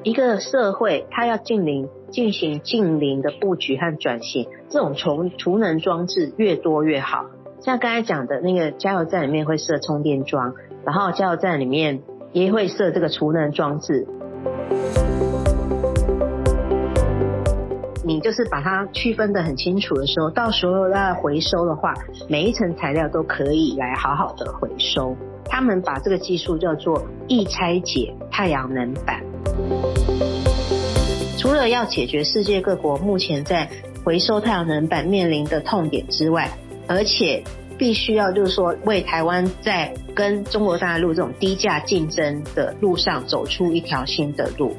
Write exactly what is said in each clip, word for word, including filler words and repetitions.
一个社会它要近零进行近零的布局和转型，这种储储能装置越多越好。像刚才讲的那个加油站里面会设充电桩，然后加油站里面也会设这个储能装置。你就是把它区分得很清楚的时候，到时候要回收的话，每一层材料都可以来好好的回收。他们把这个技术叫做易拆解太阳能板。除了要解决世界各国目前在回收太阳能板面临的痛点之外，而且必须要就是说为台湾在跟中国大陆这种低价竞争的路上走出一条新的路。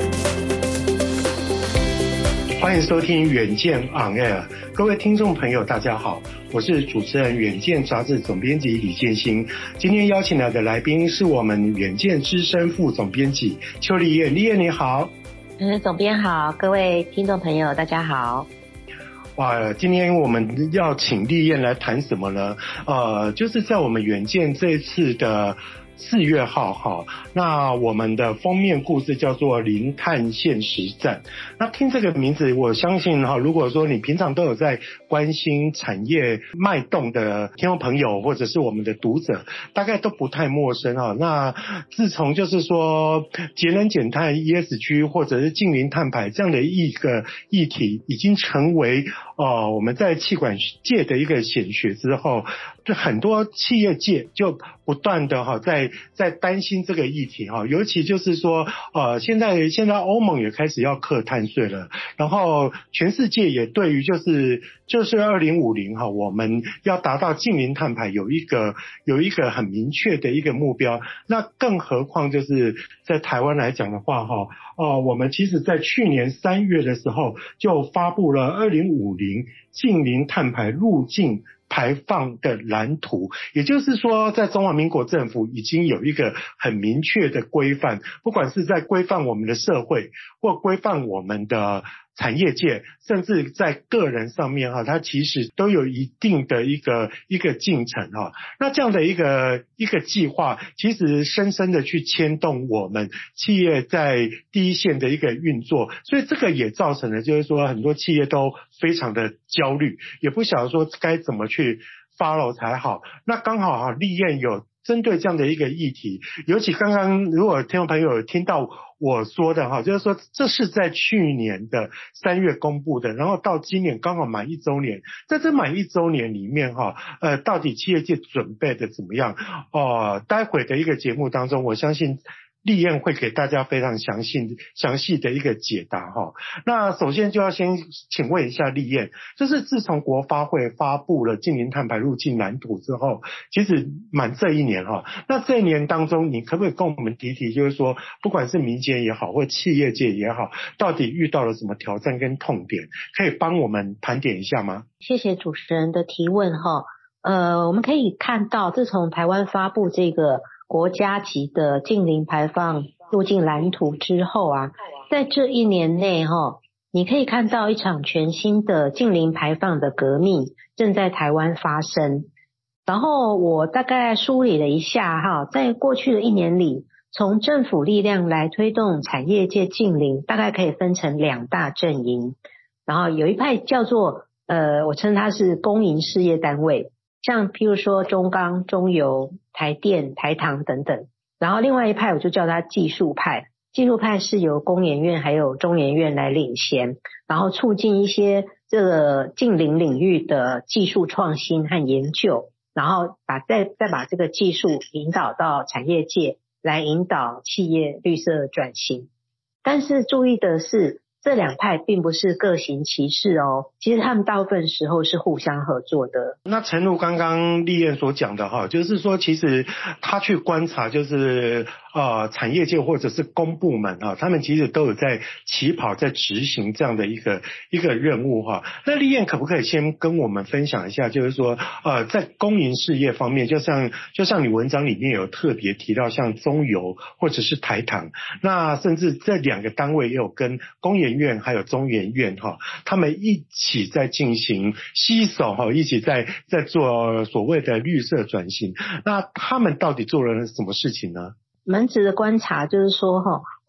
欢迎收听远见 On Air， 各位听众朋友大家好，我是主持人远见杂志总编辑李建新。今天邀请来的来宾是我们远见资深副总编辑邱丽燕。丽燕你好。 嗯，总编好，各位听众朋友大家好。 哇，今天我们要请丽燕来谈什么呢？呃，就是在我们远见这次的四月号哈，那我们的封面故事叫做零碳现实战。那听这个名字，我相信哈，如果说你平常都有在关心产业脉动的听众朋友，或者是我们的读者，大概都不太陌生哈。那自从就是说节能减碳 E S G 或者是近零碳排这样的一个议题，已经成为呃我们在企管界的一个显学之后，就很多企业界就不断的哈在在担心这个议题哈，尤其就是说呃现在现在欧盟也开始要课碳税了，然后全世界也对于就是就是二零五零哈，我们要达到近零碳排有一个有一个很明确的一个目标。那更何况就是在台湾来讲的话哈，呃我们其实在去年三月的时候就发布了二零五零近零碳排路径排放的蓝图，也就是说在中华民国政府已经有一个很明确的规范，不管是在规范我们的社会或规范我们的产业界，甚至在个人上面哈，它其实都有一定的一个一个进程哈。那这样的一个一个计划，其实深深的去牵动我们企业在第一线的一个运作，所以这个也造成了就是说很多企业都非常的焦虑，也不晓得说该怎么去 follow 才好。那刚好哈，丽燕有针对这样的一个议题，尤其刚刚如果听众朋友有听到我说的哈，就是说这是在去年的三月公布的，然后到今年刚好满一周年，在这满一周年里面哈，呃，到底企业界准备的怎么样？哦、呃，待会的一个节目当中，我相信丽燕会给大家非常详细详细的一个解答哈。那首先就要先请问一下丽燕，就是自从国发会发布了近零碳排路径蓝图之后，其实满这一年哈，那这一年当中，你可不可以跟我们提提，就是说不管是民间也好，或企业界也好，到底遇到了什么挑战跟痛点，可以帮我们盘点一下吗？ 谢谢主持人的提问哈。呃，我们可以看到，自从台湾发布这个国家级的近零排放路径蓝图之后啊，在这一年内哈，你可以看到一场全新的近零排放的革命正在台湾发生。然后我大概梳理了一下哈，在过去的一年里，从政府力量来推动产业界近零，大概可以分成两大阵营。然后有一派叫做呃，我称它是公营事业单位，像譬如说中钢、中油、台电、台糖等等。然后另外一派我就叫它技术派，技术派是由工研院还有中研院来领衔，然后促进一些这个近零领域的技术创新和研究，然后把再再把这个技术引导到产业界，来引导企业绿色转型。但是注意的是，这两派并不是各行其事哦，其实他们大部分时候是互相合作的。 那诚如刚刚丽燕所讲的哈，就是说其实他去观察，就是呃产业界或者是公部门啊，他们其实都有在起跑，在执行这样的一个一个任务哈。那丽燕可不可以先跟我们分享一下，就是说呃在公营事业方面，就像就像你文章里面有特别提到，像中油或者是台糖，那甚至这两个单位也有跟工研院还有中研院哈，他们一起在进行携手哈，一起在在做所谓的绿色转型。那他们到底做了什么事情呢？ 蛮值得观察，就是说哈，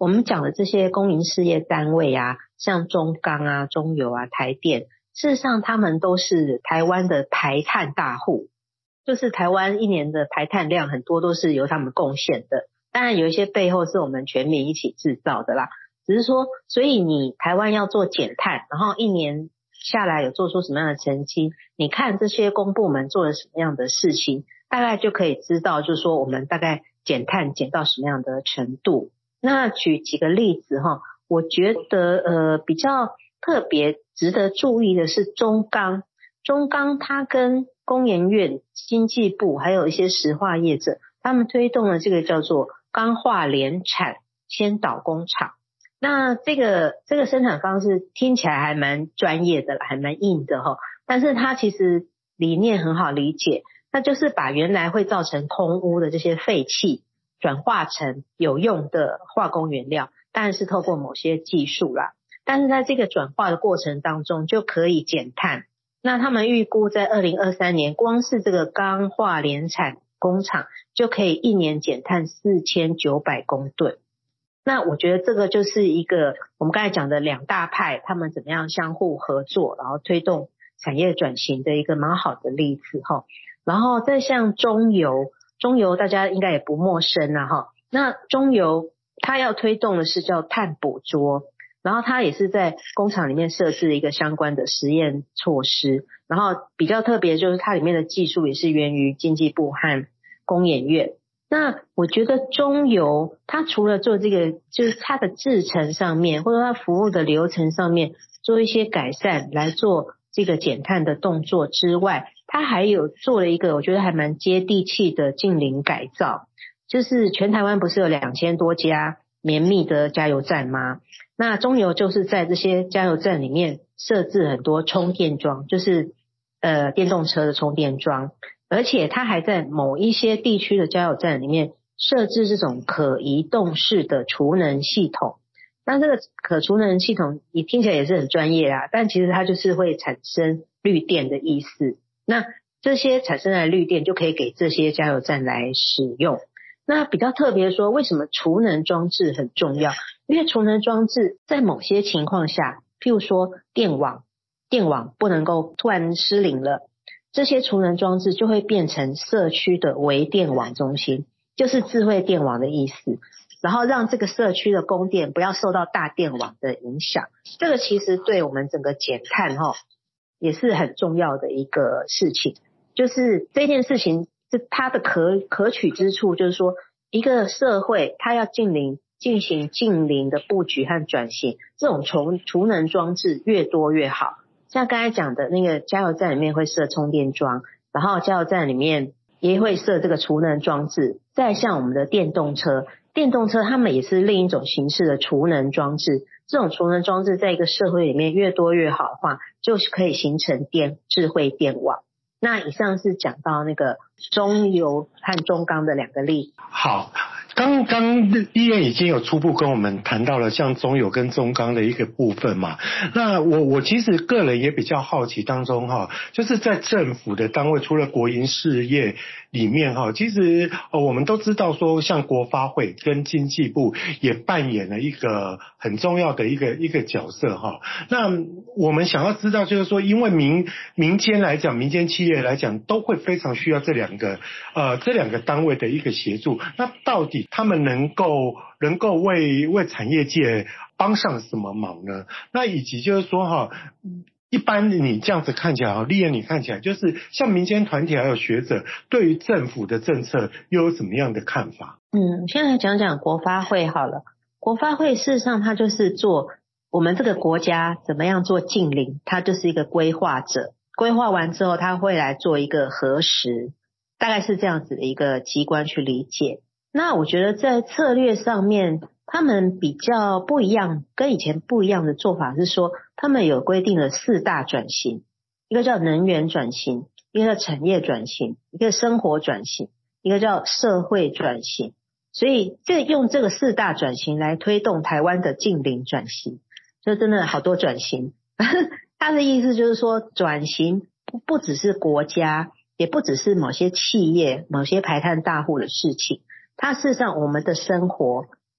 我们讲的这些公营事业单位啊，像中钢啊、中油啊、台电，事实上他们都是台湾的排碳大户，就是台湾一年的排碳量很多都是由他们贡献的，当然有一些背后是我们全民一起制造的啦，只是说所以你台湾要做减碳，然后一年下来有做出什么样的成绩，你看这些公部门做了什么样的事情，大概就可以知道就是说我们大概减碳减到什么样的程度。那举几个例子哈，我觉得呃比较特别值得注意的是中钢，中钢它跟工研院、经济部还有一些石化业者，他们推动了这个叫做钢化联产先导工厂。那这个这个生产方式听起来还蛮专业的，还蛮硬的齁，但是它其实理念很好理解，那就是把原来会造成空污的这些废气转化成有用的化工原料，当然是透过某些技术啦，但是在这个转化的过程当中就可以减碳。那他们预估在二零二三年光是这个钢化联产工厂就可以一年减碳四千九百公吨。那我觉得这个就是一个我们刚才讲的两大派他们怎么样相互合作，然后推动产业转型的一个蛮好的例子齁。然后再像中油，中油大家应该也不陌生啦齁。那中油它要推动的是叫碳捕捉，然后它也是在工厂里面设置了一个相关的实验措施，然后比较特别就是它里面的技术也是源于经济部和工研院。那我觉得中油它除了做这个就是它的制程上面或者它服务的流程上面做一些改善来做这个减碳的动作之外，它还有做了一个我觉得还蛮接地气的近邻改造，就是全台湾不是有两千多家绵密的加油站吗？那中油就是在这些加油站里面设置很多充电桩，就是呃电动车的充电桩，而且它还在某一些地区的加油站里面设置这种可移动式的储能系统。那这个可储能系统你听起来也是很专业啦，但其实它就是会产生绿电的意思。那这些产生的绿电就可以给这些加油站来使用。那比较特别说，为什么储能装置很重要？因为储能装置在某些情况下，譬如说电网电网不能够突然失灵了，这些储能装置就会变成社区的微电网中心，就是智慧电网的意思，然后让这个社区的供电不要受到大电网的影响。这个其实对我们整个减碳齁也是很重要的一个事情，就是这件事情它的可可取之处就是说，一个社会它要近邻进行近邻的布局和转型，这种储储能装置越多越好。像刚才讲的那个加油站里面会设充电桩，然后加油站里面也会设这个储能装置，再像我们的电动车，电动车他们也是另一种形式的储能装置，这种储能装置在一个社会里面越多越好的话，就是可以形成电智慧电网。那以上是讲到那个中油和中钢的两个例子。 好，刚刚医院已经有初步跟我们谈到了像中油跟中钢的一个部分嘛，那我我其实个人也比较好奇当中哈，就是在政府的单位除了国营事业里面哈，其实呃我们都知道说像国发会跟经济部也扮演了一个很重要的一个一个角色哈。那我们想要知道就是说，因为民民间来讲，民间企业来讲都会非常需要这两个呃这两个单位的一个协助，那到底他们能够能够为为产业界帮上什么忙呢？那以及就是说哈，一般你这样子看起来哈，立言你看起来就是像民间团体还有学者对于政府的政策又有什么样的看法？ 嗯，先来讲讲国发会好了。国发会事实上它就是做我们这个国家怎么样做近邻，它就是一个规划者，规划完之后它会来做一个核实，大概是这样子的一个机关去理解。那我觉得在策略上面他们比较不一样，跟以前不一样的做法是说，他们有规定了四大转型，一个叫能源转型，一个叫产业转型，一个生活转型，一个叫社会转型。所以这用这个四大转型来推动台湾的近邻转型，就真的好多转型。他的意思就是说，转型不不只是国家，也不只是某些企业某些排碳大户的事情，它事实上我们的生活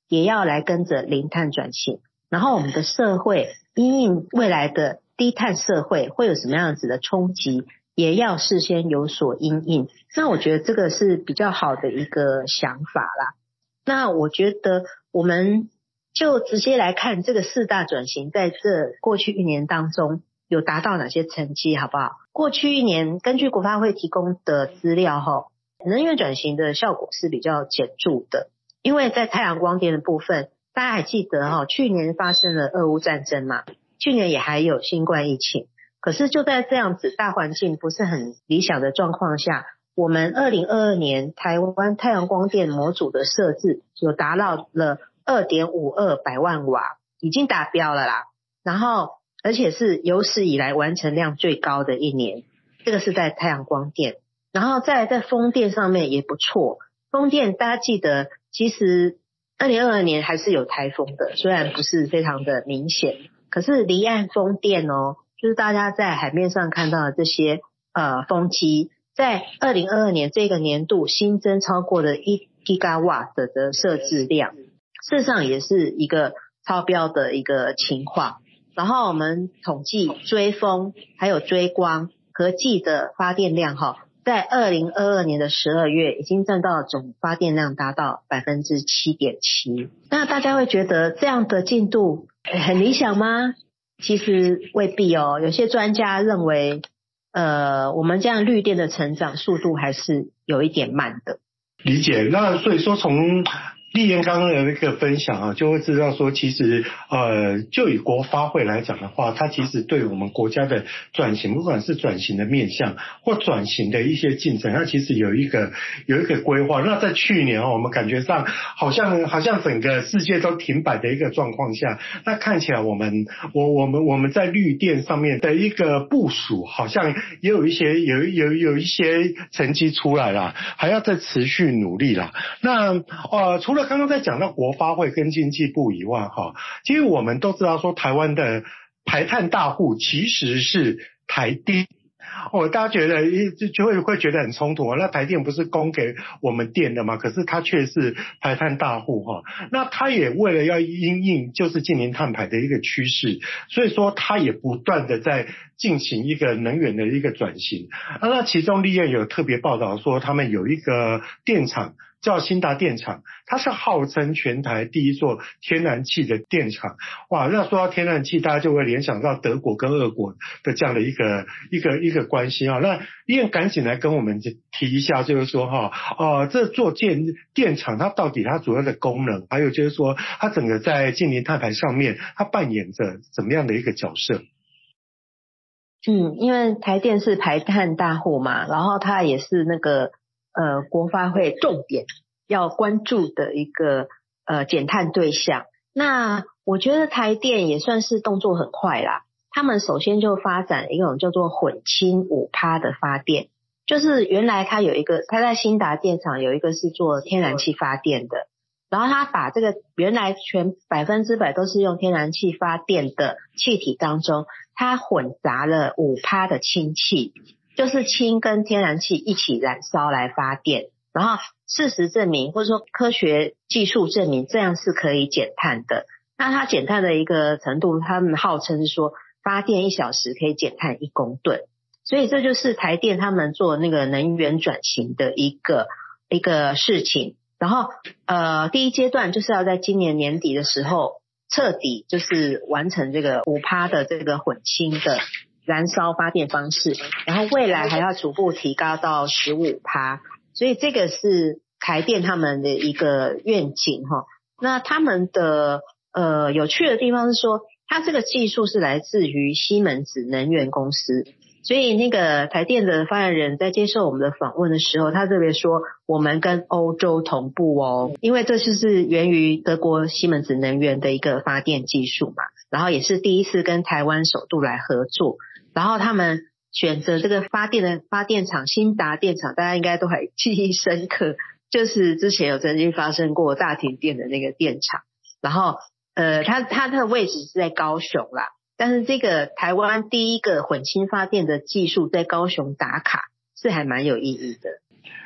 也要来跟着零碳转型，然后我们的社会因应未来的低碳社会会有什么样子的冲击，也要事先有所因应。那我觉得这个是比较好的一个想法啦。那我觉得我们就直接来看这个四大转型在这过去一年当中有达到哪些成绩好不好？过去一年根据国发会提供的资料齁，能源转型的效果是比较显著的。因为在太阳光电的部分，大家还记得齁，去年发生了俄乌战争嘛，去年也还有新冠疫情，可是就在这样子大环境不是很理想的状况下，我们二零二二年台湾太阳光电模组的设置有达到了 二点五二百万瓦，已经达标了啦。然后而且是有史以来完成量最高的一年，这个是在太阳光电。然后再来在风电上面也不错，风电大家记得其实二零二二年还是有台风的，虽然不是非常的明显，可是离岸风电哦，就是大家在海面上看到的这些呃风机，在二零二二年这个年度新增超过了一 gigawatt 的设置量，事实上也是一个超标的一个情况。然后我们统计追风还有追光合计的发电量齁，在二零二二年的十二月已经占到总发电量达到 百分之七点七。 那大家会觉得这样的进度很理想吗？其实未必哦，有些专家认为呃，我们这样绿电的成长速度还是有一点慢的。 理解。那所以说从丽燕刚刚的那个分享啊，就会知道说，其实呃，就以国发会来讲的话，它其实对我们国家的转型，不管是转型的面向或转型的一些进程，它其实有一个有一个规划。那在去年啊，我们感觉上好像好像整个世界都停摆的一个状况下，那看起来我们我我们我们在绿电上面的一个部署，好像也有一些有有有一些成绩出来了，还要再持续努力啦。那呃，除了刚刚在讲到国发会跟经济部以外哈，其实我们都知道说台湾的排碳大户其实是台电。哦，大家觉得就就会会觉得很冲突啊。那台电不是供给我们电的吗？可是它却是排碳大户哈。那它也为了要因应就是近零碳排的一个趋势，所以说它也不断的在进行一个能源的一个转型。啊、那其中立院有特别报道说，他们有一个电厂叫新达电厂，它是号称全台第一座天然气的电厂。哇，那说到天然气，大家就会联想到德国跟俄国的这样的一个一个一个关系啊。那立院赶紧来跟我们提一下，就是说哈，呃，这座电电厂它到底它主要的功能，还有就是说它整个在近零碳排上面，它扮演着怎么样的一个角色？ 嗯，因为台电是排碳大户嘛，然后它也是那个呃国发会重点要关注的一个呃减碳对象。那我觉得台电也算是动作很快啦，他们首先就发展一种叫做混氢 百分之五 的发电，就是原来它有一个，它在新达电厂有一个是做天然气发电的，然后他把这个原来全百分之百都是用天然气发电的气体当中，它混杂了 百分之五 的氢气，就是氢跟天然气一起燃烧来发电。然后事实证明，或者说科学技术证明，这样是可以减碳的。那它减碳的一个程度，他们号称是说发电一小时可以减碳一公吨。所以这就是台电他们做那个能源转型的一个一个事情。然后呃，第一阶段就是要在今年年底的时候彻底就是完成这个 百分之五 的这个混氢的燃烧发电方式，然后未来还要逐步提高到 百分之十五。 所以这个是台电他们的一个愿景齁。那他们的呃有趣的地方是说，它这个技术是来自于西门子能源公司。所以那个台电的发言人在接受我们的访问的时候，他特别说我们跟欧洲同步哦，因为这就是源于德国西门子能源的一个发电技术嘛，然后也是第一次跟台湾首度来合作，然后他们选择这个发电的发电厂新达电厂，大家应该都还记忆深刻，就是之前有曾经发生过大停电的那个电厂，然后呃，它它的位置是在高雄啦。但是这个台湾第一个混氢发电的技术在高雄打卡是还蛮有意义的。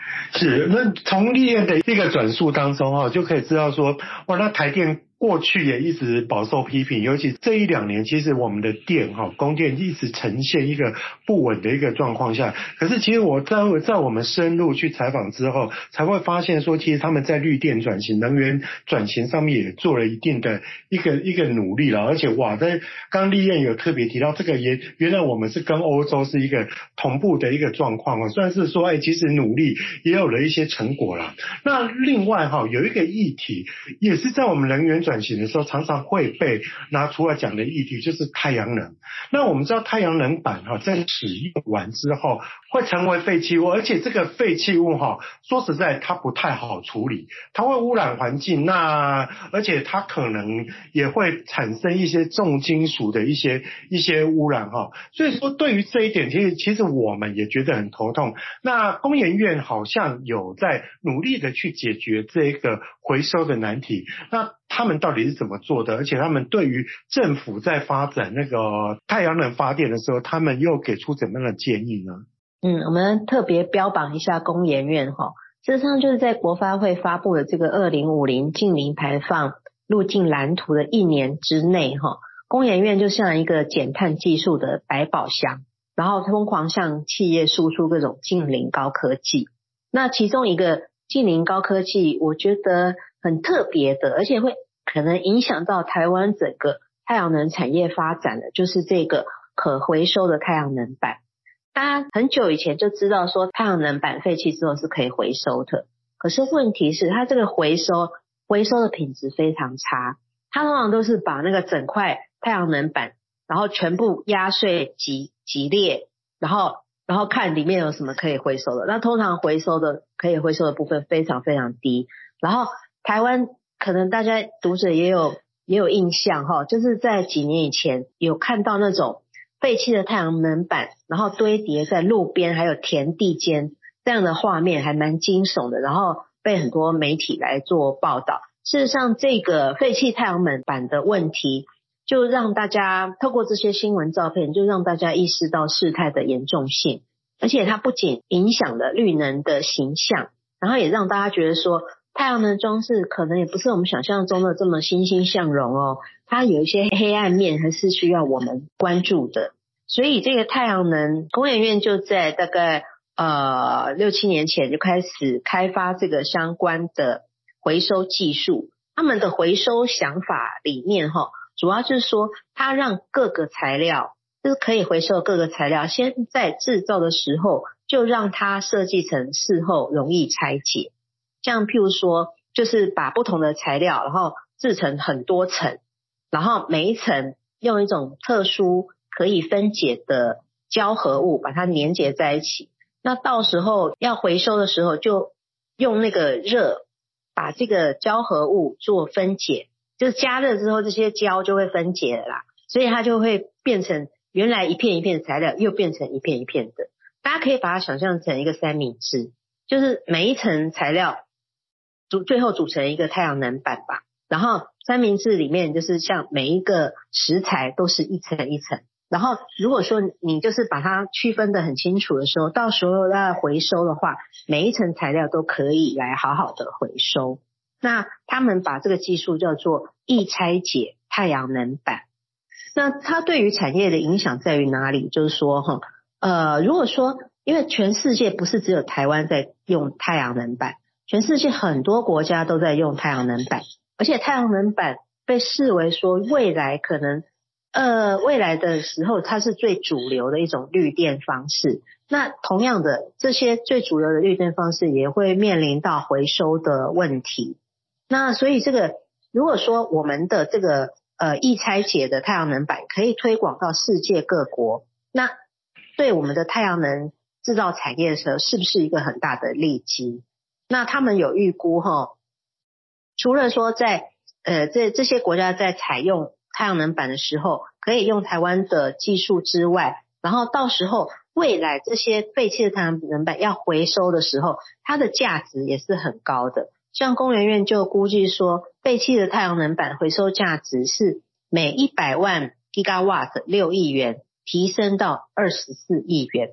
是，那从立燕的一个转述当中哈，就可以知道说，哇，那台电过去也一直饱受批评，尤其这一两年，其实我们的电哈供电一直呈现一个不稳的一个状况下。可是其实我在在我们深入去采访之后，才会发现说，其实他们在绿电转型、能源转型上面也做了一定的一个一个努力了。而且哇，在刚立燕有特别提到这个也，原来我们是跟欧洲是一个同步的一个状况哦，算是说，哎，其实努力也有了一些成果啦。那另外哈，有一个议题也是在我们能源转型的时候常常会被拿出来讲的议题，就是太阳能。那我们知道太阳能板哈，在使用完之后会成为废弃物，而且这个废弃物哈，说实在它不太好处理，它会污染环境，那而且它可能也会产生一些重金属的一些一些污染哈。所以说对于这一点，其实其实我们也觉得很头痛。那工研院好像有在努力的去解决这个回收的难题，那他们到底是怎么做的？而且他们对于政府在发展那个太阳能发电的时候，他们又给出怎么样的建议呢？ 嗯，我们特别标榜一下工研院哈，事实上就是在国发会发布的这个二零五零净零排放路径蓝图的一年之内哈，工研院就像一个减碳技术的百宝箱，然后疯狂向企业输出各种净零高科技。那其中一个净零高科技我觉得很特别的，而且会可能影响到台湾整个太阳能产业发展的，就是这个可回收的太阳能板。大家很久以前就知道说太阳能板废弃之后是可以回收的，可是问题是它这个回收回收的品质非常差，它通常都是把那个整块太阳能板然后全部压碎挤挤裂，然后然后看里面有什么可以回收的，那通常回收的可以回收的部分非常非常低。然后台湾可能大家读者也有也有印象哈，就是在几年以前有看到那种废弃的太阳能板然后堆叠在路边还有田地间，这样的画面还蛮惊悚的，然后被很多媒体来做报道。事实上这个废弃太阳能板的问题就让大家透过这些新闻照片就让大家意识到事态的严重性，而且它不仅影响了绿能的形象，然后也让大家觉得说太阳能装置可能也不是我们想象中的这么欣欣向荣哦，它有一些黑暗面还是需要我们关注的。所以这个太阳能工研院就在大概呃六七年前就开始开发这个相关的回收技术。他们的回收想法理念哈，主要就是说它让各个材料就是可以回收的各个材料先在制造的时候就让它设计成事后容易拆解，像譬如说就是把不同的材料然后制成很多层，然后每一层用一种特殊可以分解的胶合物把它粘结在一起，那到时候要回收的时候就用那个热把这个胶合物做分解，就是加热之后这些胶就会分解了啦，所以它就会变成原来一片一片的材料又变成一片一片的。大家可以把它想象成一个三明治，就是每一层材料组最后组成一个太阳能板吧，然后三明治里面就是像每一个食材都是一层一层，然后如果说你就是把它区分得很清楚的时候，到时候要回收的话每一层材料都可以来好好的回收。那他们把这个技术叫做易拆解太阳能板。那它对于产业的影响在于哪里，就是说哈，呃，如果说因为全世界不是只有台湾在用太阳能板，全世界很多国家都在用太阳能板，而且太阳能板被视为说未来可能呃未来的时候它是最主流的一种绿电方式。那同样的这些最主流的绿电方式也会面临到回收的问题。那所以这个如果说我们的这个呃易拆解的太阳能板可以推广到世界各国，那对我们的太阳能制造产业的时候是不是一个很大的利基？那他们有预估齁，除了说在呃这这些国家在采用太阳能板的时候可以用台湾的技术之外，然后到时候未来这些废弃的太阳能板要回收的时候它的价值也是很高的。像工研院就估计说废弃的太阳能板回收价值是每一百万 gigawatt 六亿元提升到二十四亿元，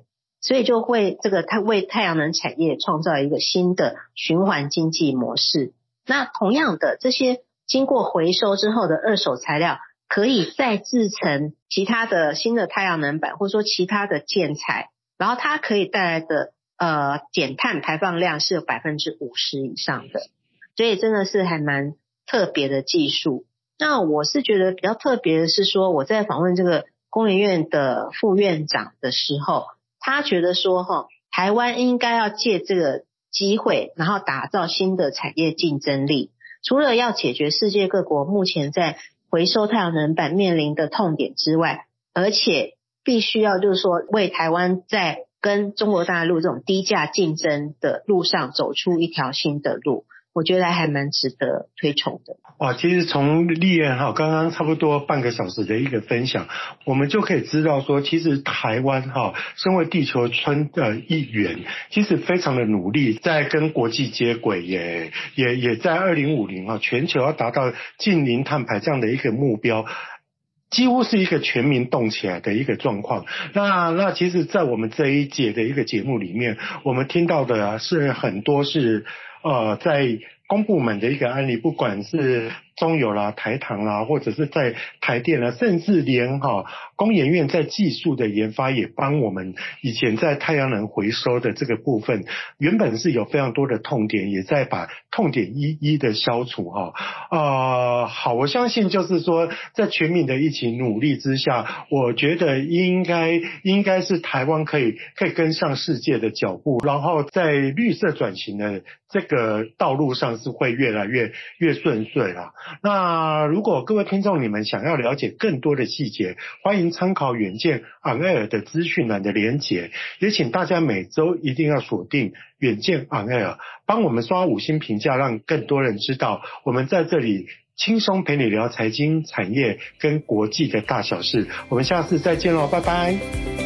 所以就会这个它为太阳能产业创造一个新的循环经济模式。那同样的，这些经过回收之后的二手材料可以再制成其他的新的太阳能板，或者说其他的建材，然后它可以带来的呃减碳排放量是有 百分之五十 以上的，所以真的是还蛮特别的技术。那我是觉得比较特别的是说，我在访问这个工研院的副院长的时候，他觉得说齁，台湾应该要借这个机会，然后打造新的产业竞争力。除了要解决世界各国目前在回收太阳能板面临的痛点之外，而且必须要就是说为台湾在跟中国大陆这种低价竞争的路上走出一条新的路，我觉得还蛮值得推崇的。 哇，其实从立燕哈刚刚差不多半个小时的一个分享，我们就可以知道说，其实台湾哈身为地球村的一员，其实非常的努力，在跟国际接轨，也也也在二零五零哈全球要达到净零碳排这样的一个目标。几乎是一个全民动起来的一个状况。那那其实在我们这一节的一个节目里面，我们听到的是很多是呃在公部门的一个案例，不管是中油啦、台糖啦，或者是在台电啦，甚至连哈工研院在技术的研发也帮我们以前在太阳能回收的这个部分，原本是有非常多的痛点，也在把痛点一一的消除哈。呃，好，我相信就是说，在全民的一起努力之下，我觉得应该应该是台湾可以可以跟上世界的脚步，然后在绿色转型的这个道路上是会越来越越顺遂啦。那如果各位听众你们想要了解更多的细节，欢迎参考远见 On Air 的资讯栏的连结，也请大家每周一定要锁定远见 On Air， 帮我们刷五星评价，让更多人知道我们在这里轻松陪你聊财经、产业跟国际的大小事。我们下次再见咯，拜拜。